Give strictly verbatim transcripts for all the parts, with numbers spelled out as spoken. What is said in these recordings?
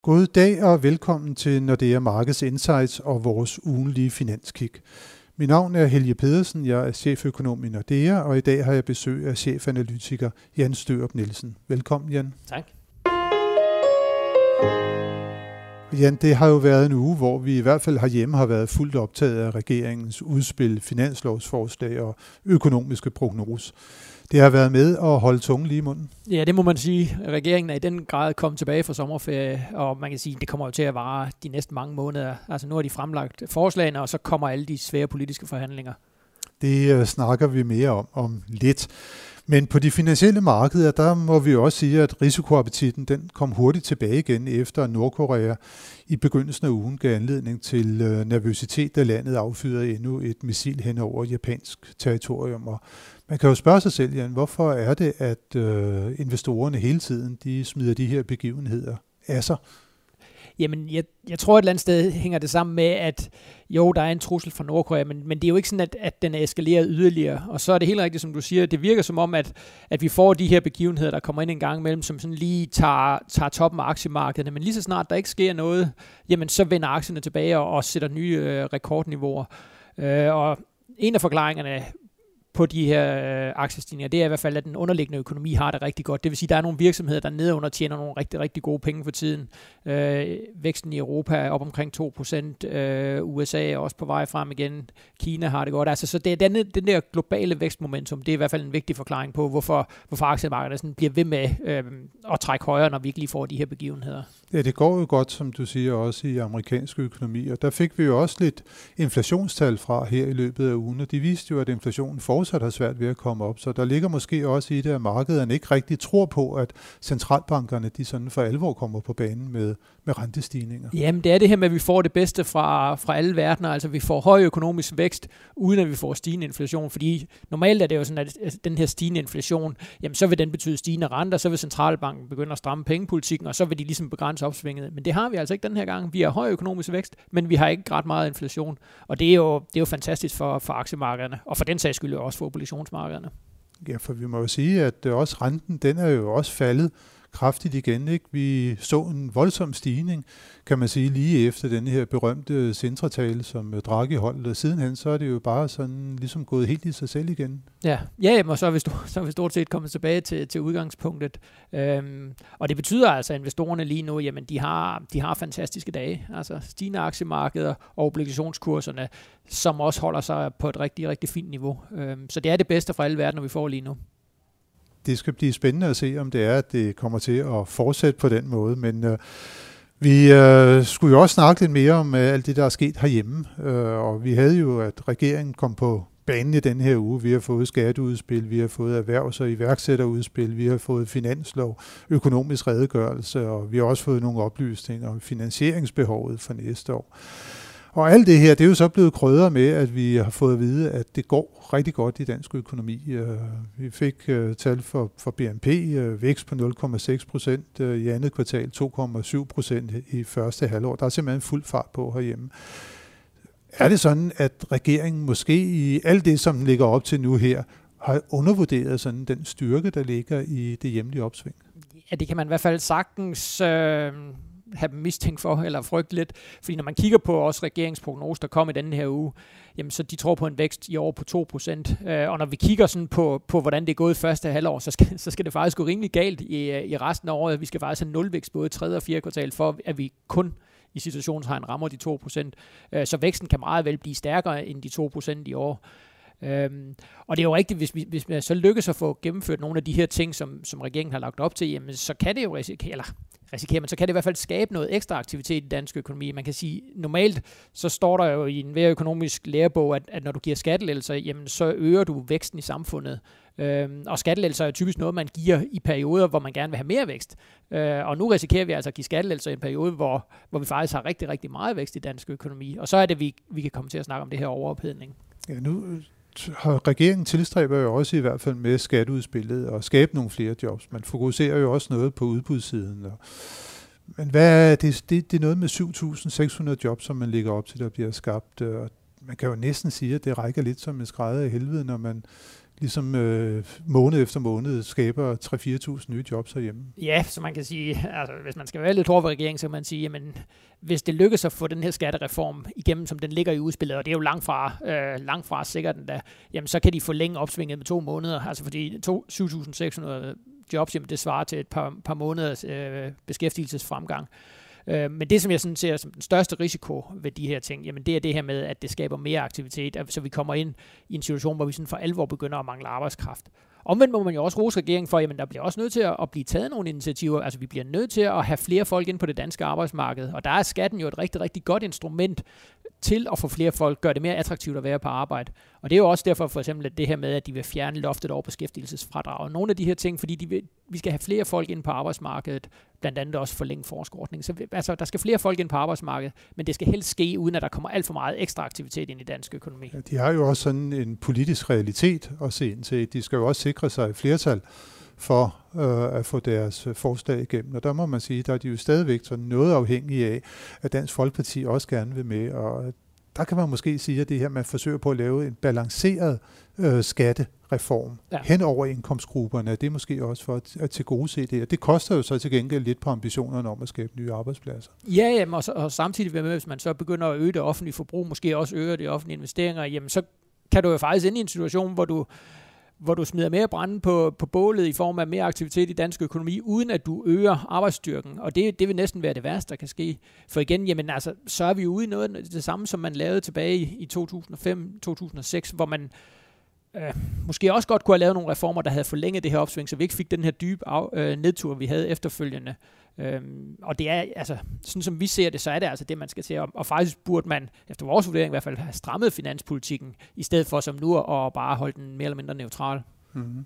God dag og velkommen til Nordea Markets Insights og vores ugenlige finanskig. Mit navn er Helge Pedersen, jeg er cheføkonom i Nordea, og i dag har jeg besøg af chefanalytiker Jan Størup Nielsen. Velkommen, Jan. Tak. Jan, det har jo været en uge, hvor vi i hvert fald herhjemme har været fuldt optaget af regeringens udspil, finanslovsforslag og økonomiske prognose. Det har været med at holde tungen lige i munden. Ja, det må man sige. Regeringen er i den grad kommet tilbage fra sommerferie, og man kan sige, at det kommer jo til at vare de næste mange måneder. Altså nu har de fremlagt forslagene, og så kommer alle de svære politiske forhandlinger. Det uh, snakker vi mere om om lidt. Men på de finansielle markeder, der må vi også sige, at risikoappetitten den kom hurtigt tilbage igen, efter Nordkorea i begyndelsen af ugen gav anledning til uh, nervøsitet, da landet affyrede endnu et missil hen over japansk territorium. Og man kan jo spørge sig selv, Jan, hvorfor er det, at øh, investorerne hele tiden de smider de her begivenheder af sig? Jamen, jeg, jeg tror et eller andet sted hænger det sammen med, at jo, der er en trussel fra Nordkorea, men, men det er jo ikke sådan, at, at den er eskaleret yderligere. Og så er det helt rigtigt, som du siger, det virker som om, at, at vi får de her begivenheder, der kommer ind en gang imellem, som sådan lige tager, tager toppen af aktiemarkederne. Men lige så snart der ikke sker noget, jamen så vender aktierne tilbage og, og sætter nye øh, rekordniveauer. Øh, og en af forklaringerne på de her øh, aktiestigninger, det er i hvert fald, at den underliggende økonomi har det rigtig godt. Det vil sige, at der er nogle virksomheder, der nedenunder tjener nogle rigtig, rigtig gode penge for tiden. Øh, væksten i Europa er op omkring to procent. Øh, U S A er også på vej frem igen. Kina har det godt. Altså, så det er den, den der globale vækstmomentum, det er i hvert fald en vigtig forklaring på, hvorfor, hvorfor aktiemarkedet sådan bliver ved med øh, at trække højere, når vi ikke lige får de her begivenheder. Ja, det går jo godt, som du siger, også i amerikansk økonomi. Og der fik vi jo også lidt inflationstal fra her i løbet af ugen, og de viste jo, at inflationen fortsat har svært ved at komme op. Så der ligger måske også i det, at markederne ikke rigtig tror på, at centralbankerne de sådan for alvor kommer på banen med, med rentestigninger. Jamen, det er det her med, at vi får det bedste fra, fra alle verdener. Altså, vi får høj økonomisk vækst, uden at vi får stigende inflation. Fordi normalt er det jo sådan, at den her stigende inflation, jamen, så vil den betyde stigende renter, så vil centralbanken begynde at stramme pengepolitikken, og så vil de ligesom begrænse opsvinget. Men det har vi altså ikke den her gang. Vi har høj økonomisk vækst, men vi har ikke ret meget inflation. Og det er jo, det er jo fantastisk for, for aktiemarkederne, og for den sags skyld også for obligationsmarkederne. Ja, for vi må jo sige, at også renten, den er jo også faldet kraftigt igen, ikke? Vi så en voldsom stigning, kan man sige, lige efter den her berømte centratale, som Draghi holdt, og sidenhen, så er det jo bare sådan ligesom gået helt i sig selv igen. Ja, ja, og så er vi, stort, så er vi stort set kommet tilbage til, til udgangspunktet. Øhm, og det betyder altså, at investorerne lige nu, jamen de har, de har fantastiske dage. Altså stigende aktiemarkeder og obligationskurserne, som også holder sig på et rigtig, rigtig fint niveau. Øhm, så det er det bedste fra alle verdener, vi får lige nu. Det skal blive spændende at se, om det er, at det kommer til at fortsætte på den måde, men øh, vi øh, skulle jo også snakke lidt mere om øh, alt det, der er sket herhjemme, øh, og vi havde jo, at regeringen kom på banen i den her uge. Vi har fået skatteudspil, vi har fået erhvervs- og iværksætterudspil, vi har fået finanslov, økonomisk redegørelse, og vi har også fået nogle oplysninger om finansieringsbehovet for næste år. Og alt det her, det er jo så blevet krydret med, at vi har fået at vide, at det går rigtig godt i dansk økonomi. Vi fik tal for, for B N P, vækst på nul komma seks procent i andet kvartal, to komma syv procent i første halvår. Der er simpelthen fuld fart på herhjemme. Er det sådan, at regeringen måske i alt det, som den ligger op til nu her, har undervurderet sådan den styrke, der ligger i det hjemlige opsving? Ja, det kan man i hvert fald sagtens øh have dem mistænkt for, eller frygte lidt. Fordi når man kigger på også regeringsprognose, der kom i denne her uge, jamen så de tror på en vækst i år på to procent. Og når vi kigger sådan på, på hvordan det er gået i første halvår, så skal, så skal det faktisk gå rimelig galt i, i resten af året. Vi skal faktisk have nulvækst både tredje og fjerde kvartal, for at vi kun i situationstegn rammer de to procent. Så væksten kan meget vel blive stærkere end de to procent i år. Øhm, og det er jo rigtigt, hvis vi, hvis vi så lykkes at få gennemført nogle af de her ting, som, som regeringen har lagt op til, jamen så kan det jo risikere, eller risikere, men så kan det i hvert fald skabe noget ekstra aktivitet i dansk økonomi. Man kan sige, normalt så står der jo i en hver økonomisk lærebog, at, at når du giver skattelettelser, jamen så øger du væksten i samfundet. Øhm, og skattelettelser er jo typisk noget, man giver i perioder, hvor man gerne vil have mere vækst. Øh, og nu risikerer vi altså at give skattelettelser i en periode, hvor, hvor vi faktisk har rigtig, rigtig meget vækst i dansk økonomi. Og så er det, vi, vi kan komme til at snakke om det her overophedning. Ja, nu har regeringen tilstræber jo også i hvert fald med skatteudspillet og skabe nogle flere jobs. Man fokuserer jo også noget på udbudssiden. Og men hvad er det? Det, det er noget med syv tusind seks hundrede jobs, som man lægger op til, der bliver skabt. Og man kan jo næsten sige, at det rækker lidt som en skrædder i helvede, når man ligesom øh, måned efter måned skaber tre til fire tusind nye jobs herhjemme. Ja, så man kan sige, altså hvis man skal være lidt hård ved regeringen, så kan man sige, jamen hvis det lykkes at få den her skattereform igennem, som den ligger i udspillet, og det er jo langt fra, øh, langt fra sikkert endda, jamen så kan de forlænge opsvinget med to måneder, altså fordi syv tusind seks hundrede jobs, jamen det svarer til et par, par måneders øh, beskæftigelsesfremgang. Men det, som jeg sådan ser som den største risiko ved de her ting, jamen det er det her med, at det skaber mere aktivitet, så vi kommer ind i en situation, hvor vi sådan for alvor begynder at mangle arbejdskraft. Omvendt må man jo også rose regeringen for, jamen der bliver også nødt til at blive taget nogle initiativer. Altså vi bliver nødt til at have flere folk ind på det danske arbejdsmarked, og der er skatten jo et rigtig, rigtig godt instrument til at få flere folk, gøre det mere attraktivt at være på arbejde. Og det er jo også derfor for eksempel at det her med, at de vil fjerne loftet over beskæftigelsesfradrag. Og nogle af de her ting, fordi de vil, vi skal have flere folk ind på arbejdsmarkedet, blandt andet også forlænge forskerordningen. Så altså, der skal flere folk ind på arbejdsmarkedet, men det skal helst ske, uden at der kommer alt for meget ekstra aktivitet ind i dansk økonomi. Ja, de har jo også sådan en politisk realitet at se ind til. De skal jo også sikre sig et flertal for øh, at få deres forslag igennem. Og der må man sige, der er de jo stadigvæk sådan noget afhængige af, at Dansk Folkeparti også gerne vil med. Og der kan man måske sige, at det her, man forsøger på at lave en balanceret øh, skattereform ja. hen over indkomstgrupperne, det er måske også for at, at tilgodese det. Og det koster jo så til gengæld lidt på ambitionerne om at skabe nye arbejdspladser. Ja, jamen, og, og samtidig med, hvis man så begynder at øge det offentlige forbrug, måske også øger de offentlige investeringer, jamen så kan du jo faktisk ende i en situation, hvor du hvor du smider mere brænde på, på bålet i form af mere aktivitet i dansk økonomi, uden at du øger arbejdsstyrken. Og det, det vil næsten være det værste, der kan ske. For igen, jamen altså, så er vi ude i noget af det samme, som man lavede tilbage i, i to tusind og fem til to tusind og seks, hvor man øh, måske også godt kunne have lavet nogle reformer, der havde forlænget det her opsving, så vi ikke fik den her dybe af, øh, nedtur, vi havde efterfølgende. Øhm, og det er, altså, sådan som vi ser det, så er det altså det, man skal se. Og, og faktisk burde man, efter vores vurdering i hvert fald, have strammet finanspolitikken, i stedet for som nu at bare holde den mere eller mindre neutral. Mm-hmm.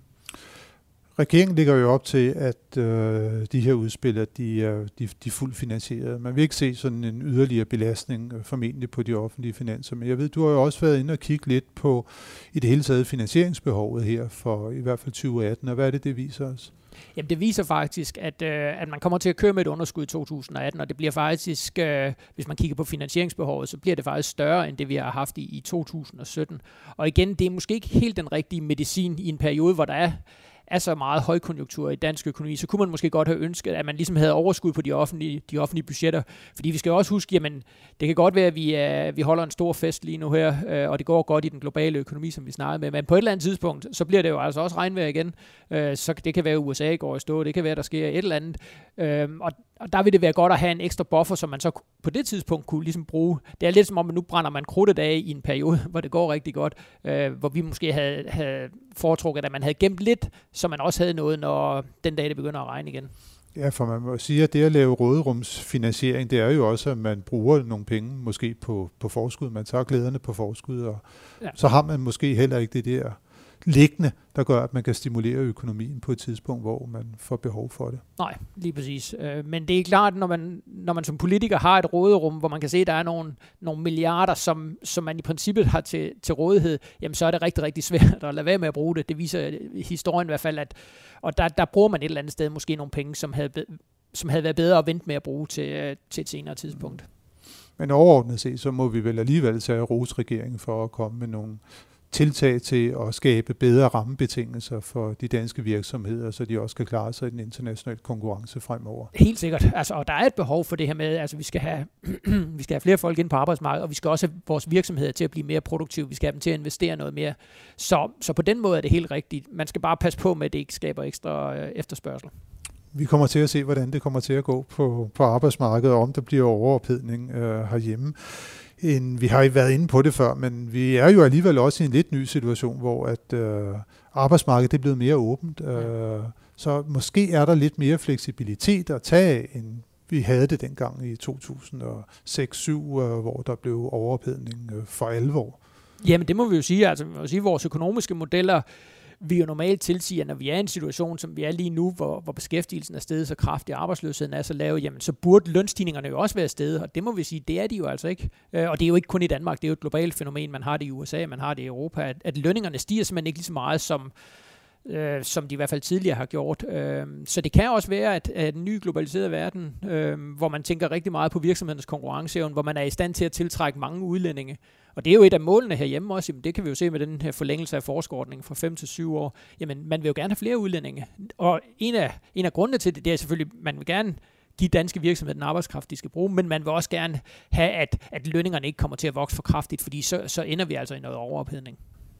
Regeringen ligger jo op til, at øh, de her udspil, de er, de, de er fuldt finansieret. Man vil ikke se sådan en yderligere belastning øh, formentlig på de offentlige finanser. Men jeg ved, du har jo også været inde og kigge lidt på i det hele taget finansieringsbehovet her for i hvert fald tyve atten. Og hvad er det, det viser os? Jamen det viser faktisk, at, øh, at man kommer til at køre med et underskud i to tusind og atten, og det bliver faktisk, øh, hvis man kigger på finansieringsbehovet, så bliver det faktisk større, end det vi har haft i, i to tusind og sytten. Og igen, det er måske ikke helt den rigtige medicin i en periode, hvor der er er så meget højkonjunktur i dansk økonomi, så kunne man måske godt have ønsket, at man ligesom havde overskud på de offentlige, de offentlige budgetter. Fordi vi skal jo også huske, jamen, det kan godt være, at vi, er, vi holder en stor fest lige nu her, øh, og det går godt i den globale økonomi, som vi snakkede med. Men på et eller andet tidspunkt, så bliver det jo altså også regnvejr igen. Øh, så det kan være, at U S A går i stå, det kan være, at der sker et eller andet. Øh, og, og der vil det være godt at have en ekstra buffer, som man så på det tidspunkt kunne ligesom bruge. Det er lidt som om, at nu brænder man krudtet af i en periode, hvor det går rigtig godt, øh, hvor vi måske havde, havde foretrukket, at man havde gemt lidt, så man også havde noget, når den dag det begynder at regne igen. Ja, for man må sige, at det at lave råderumsfinansiering, det er jo også, at man bruger nogle penge måske på, på forskud. Man tager glæderne på forskud, og ja. Så har man måske heller ikke det der liggende, der gør, at man kan stimulere økonomien på et tidspunkt, hvor man får behov for det. Nej, lige præcis. Men det er klart, når man, når man som politiker har et råderum, hvor man kan se, at der er nogle, nogle milliarder, som, som man i princippet har til, til rådighed, jamen så er det rigtig, rigtig svært at lade være med at bruge det. Det viser historien i hvert fald, at og der, der bruger man et eller andet sted måske nogle penge, som havde, som havde været bedre at vente med at bruge til, til et senere tidspunkt. Men overordnet set, så må vi vel alligevel tage rose regeringen for at komme med nogle tiltag til at skabe bedre rammebetingelser for de danske virksomheder, så de også kan klare sig i den internationale konkurrence fremover. Helt sikkert. Altså, og der er et behov for det her med, altså vi skal have, vi skal have flere folk ind på arbejdsmarkedet, og vi skal også have vores virksomheder til at blive mere produktive. Vi skal have dem til at investere noget mere. Så, så på den måde er det helt rigtigt. Man skal bare passe på med, at det ikke skaber ekstra øh, efterspørgsel. Vi kommer til at se, hvordan det kommer til at gå på, på arbejdsmarkedet, og om der bliver overophedning øh, herhjemme. En, vi har jo været inde på det før, men vi er jo alligevel også i en lidt ny situation, hvor at øh, arbejdsmarkedet er blevet mere åbent. Øh, så måske er der lidt mere fleksibilitet at tage af, end vi havde det dengang i to tusind og seks syv, øh, hvor der blev overophedning øh, for alvor. Jamen det må vi jo sige. Altså, vi må sige, vores økonomiske modeller vi jo normalt tilsiger, når vi er i en situation, som vi er lige nu, hvor, hvor beskæftigelsen er steget så kraftigt, arbejdsløsheden er så lav, jamen så burde lønstigningerne jo også være steget, og det må vi sige, det er de jo altså ikke. Og det er jo ikke kun i Danmark, det er jo et globalt fænomen, man har det i U S A, man har det i Europa, at, at lønningerne stiger simpelthen ikke lige så meget, som, øh, som de i hvert fald tidligere har gjort. Øh, så det kan også være, at, at en ny globaliseret verden, øh, hvor man tænker rigtig meget på virksomhedens konkurrenceevne, hvor man er i stand til at tiltrække mange udlændinge. Og det er jo et af målene herhjemme også. Jamen, det kan vi jo se med den her forlængelse af forskerordningen fra fem til syv år. Jamen, man vil jo gerne have flere udlændinge. Og en af, en af grundene til det, det er selvfølgelig, man vil gerne give danske virksomheder den arbejdskraft, de skal bruge, men man vil også gerne have, at, at lønningerne ikke kommer til at vokse for kraftigt, fordi så, så ender vi altså i noget overophedning.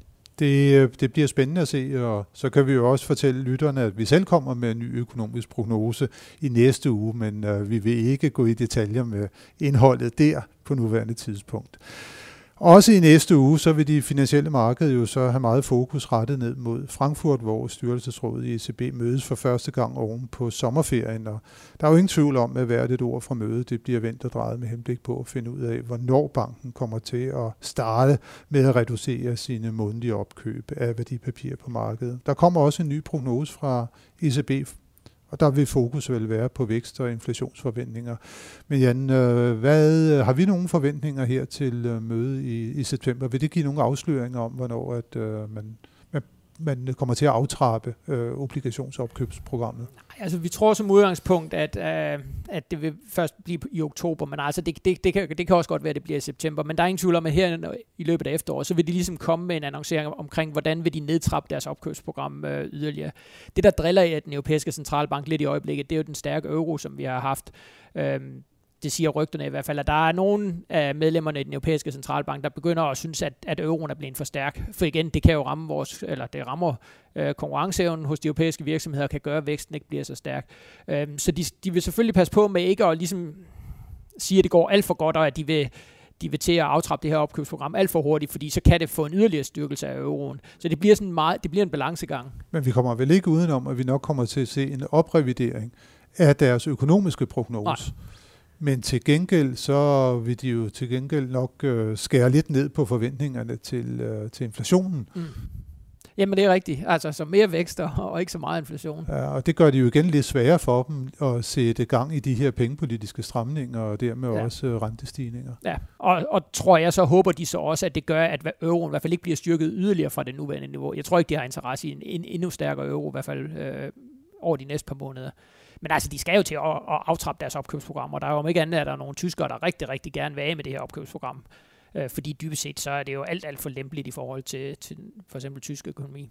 Det, det bliver spændende at se, og så kan vi jo også fortælle lytterne, at vi selv kommer med en ny økonomisk prognose i næste uge, men øh, vi vil ikke gå i detaljer med indholdet der på nuværende tidspunkt. Også i næste uge, så vil de finansielle markeder jo så have meget fokus rettet ned mod Frankfurt, hvor styrelsesrådet i E C B mødes for første gang oven på sommerferien. Og der er jo ingen tvivl om, at hvert et ord fra mødet, det bliver vendt og drejet med henblik på at finde ud af, hvornår banken kommer til at starte med at reducere sine månedlige opkøb af værdipapirer på markedet. Der kommer også en ny prognose fra E C B, og der vil fokus vel være på vækst og inflationsforventninger. Men Jan, hvad, har vi nogle forventninger her til mødet i, i september? Vil det give nogle afsløringer om, hvornår at, uh, man, man, man kommer til at aftrappe uh, obligationsopkøbsprogrammet? Altså, vi tror som udgangspunkt, at, uh, at det vil først blive i oktober, men altså, det, det, det, kan, det kan også godt være, at det bliver i september. Men der er ingen tvivl om, at her i løbet af efteråret, så vil de ligesom komme med en annoncering omkring, hvordan vil de nedtrappe deres opkøbsprogram uh, yderligere. Det, der driller i den europæiske centralbank lidt i øjeblikket, det er jo den stærke euro, som vi har haft. Uh, Det siger rygterne i hvert fald, at der er nogle af medlemmerne i den europæiske centralbank, der begynder at synes, at, at euroen er blevet for stærk. For igen, det kan jo ramme vores, eller det rammer øh, konkurrenceevnen hos de europæiske virksomheder, og kan gøre, at væksten ikke bliver så stærk. Øh, så de, de vil selvfølgelig passe på med ikke at ligesom sige, at det går alt for godt, og at de vil, de vil til at aftrappe det her opkøbsprogram alt for hurtigt, fordi så kan det få en yderligere styrkelse af euroen. Så det bliver sådan meget, det bliver en balancegang. Men vi kommer vel ikke udenom, at vi nok kommer til at se en oprevidering af deres økonomiske prognose. Nej. Men til gengæld, så vil de jo til gengæld nok øh, skære lidt ned på forventningerne til, øh, til inflationen. Mm. Jamen det er rigtigt. Altså så mere vækst og ikke så meget inflation. Ja, og det gør det jo igen lidt sværere for dem at sætte gang i de her pengepolitiske stramninger og dermed ja. også øh, rentestigninger. Ja, og, og tror jeg så håber de så også, at det gør, at euroen i hvert fald ikke bliver styrket yderligere fra det nuværende niveau. Jeg tror ikke, de har interesse i en, en endnu stærkere euro, i hvert fald øh, over de næste par måneder. Men altså, de skal jo til at, at aftrappe deres opkøbsprogram, og der er jo om ikke andet, at der er nogle tyskere, der rigtig, rigtig gerne vil af med det her opkøbsprogram. Øh, fordi dybest set, så er det jo alt, alt for lempeligt i forhold til, til for eksempel tysk økonomi.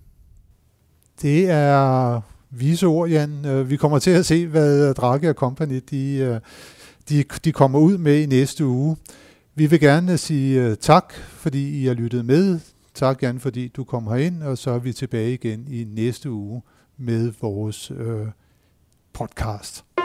Det er vise ord, Jan. Vi kommer til at se, hvad Draghi og Company, de, de, de kommer ud med i næste uge. Vi vil gerne sige tak, fordi I har lyttet med. Tak, Jan, fordi du kom herind, og så er vi tilbage igen i næste uge med vores øh, podcast.